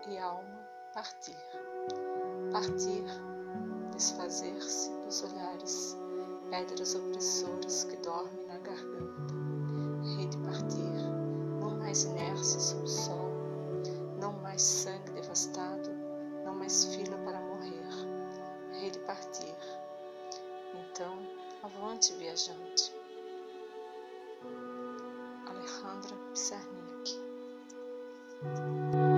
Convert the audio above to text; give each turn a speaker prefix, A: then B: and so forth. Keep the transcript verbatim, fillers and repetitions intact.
A: e alma partir. Partir, desfazer-se dos olhares, pedras opressoras que dormem na garganta. Rei de partir, não mais inércia sob o sol, não mais sangue devastado, não mais fila para morrer. Rei de partir. Então, avante, viajante. Alejandra Pizarnik.